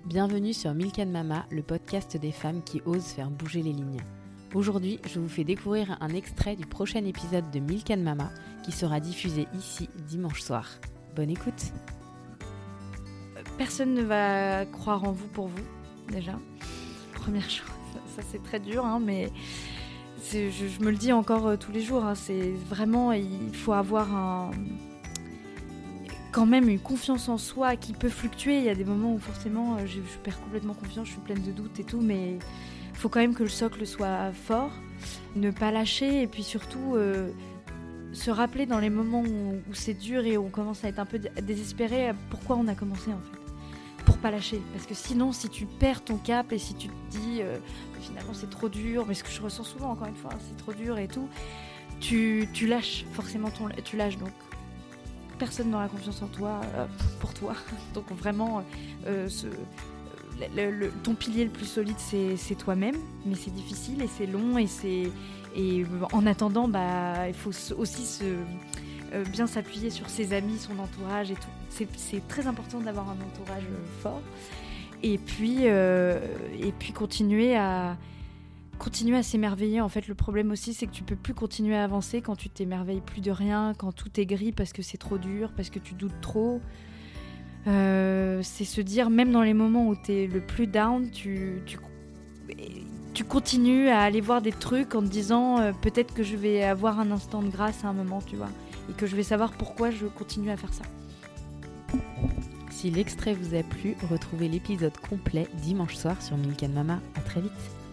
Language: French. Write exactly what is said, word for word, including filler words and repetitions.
Bienvenue sur Milk and Mama, le podcast des femmes qui osent faire bouger les lignes. Aujourd'hui, je vous fais découvrir un extrait du prochain épisode de Milk and Mama qui sera diffusé ici dimanche soir. Bonne écoute. Personne ne va croire en vous pour vous, déjà. Première chose, ça c'est très dur, hein, mais c'est, je, je me le dis encore euh, tous les jours. Hein, c'est vraiment, il faut avoir un... quand même une confiance en soi qui peut fluctuer. Il y a des moments où forcément je, je perds complètement confiance, je suis pleine de doutes et tout, mais il faut quand même que le socle soit fort, ne pas lâcher et puis surtout euh, se rappeler dans les moments où, où c'est dur et où on commence à être un peu désespéré pourquoi on a commencé en fait. Pour pas lâcher, parce que sinon si tu perds ton cap et si tu te dis euh, finalement c'est trop dur, mais ce que je ressens souvent encore une fois, c'est trop dur et tout, tu, tu lâches forcément ton, tu lâches donc. Personne n'aura confiance en toi, euh, pour toi. Donc vraiment, euh, ce, le, le, ton pilier le plus solide, c'est, c'est toi-même. Mais c'est difficile et c'est long. Et, c'est, et en attendant, bah, il faut aussi se, euh, bien s'appuyer sur ses amis, son entourage et tout. C'est, c'est très important d'avoir un entourage fort. Et puis, euh, et puis continuer à... Continuer à s'émerveiller. En fait, le problème aussi, c'est que tu peux plus continuer à avancer quand tu t'émerveilles plus de rien, quand tout est gris parce que c'est trop dur, parce que tu doutes trop. Euh, c'est se dire, même dans les moments où tu es le plus down, tu, tu, tu continues à aller voir des trucs en te disant euh, peut-être que je vais avoir un instant de grâce à un moment, tu vois, et que je vais savoir pourquoi je continue à faire ça. Si l'extrait vous a plu, retrouvez l'épisode complet dimanche soir sur Milk and Mama. À très vite.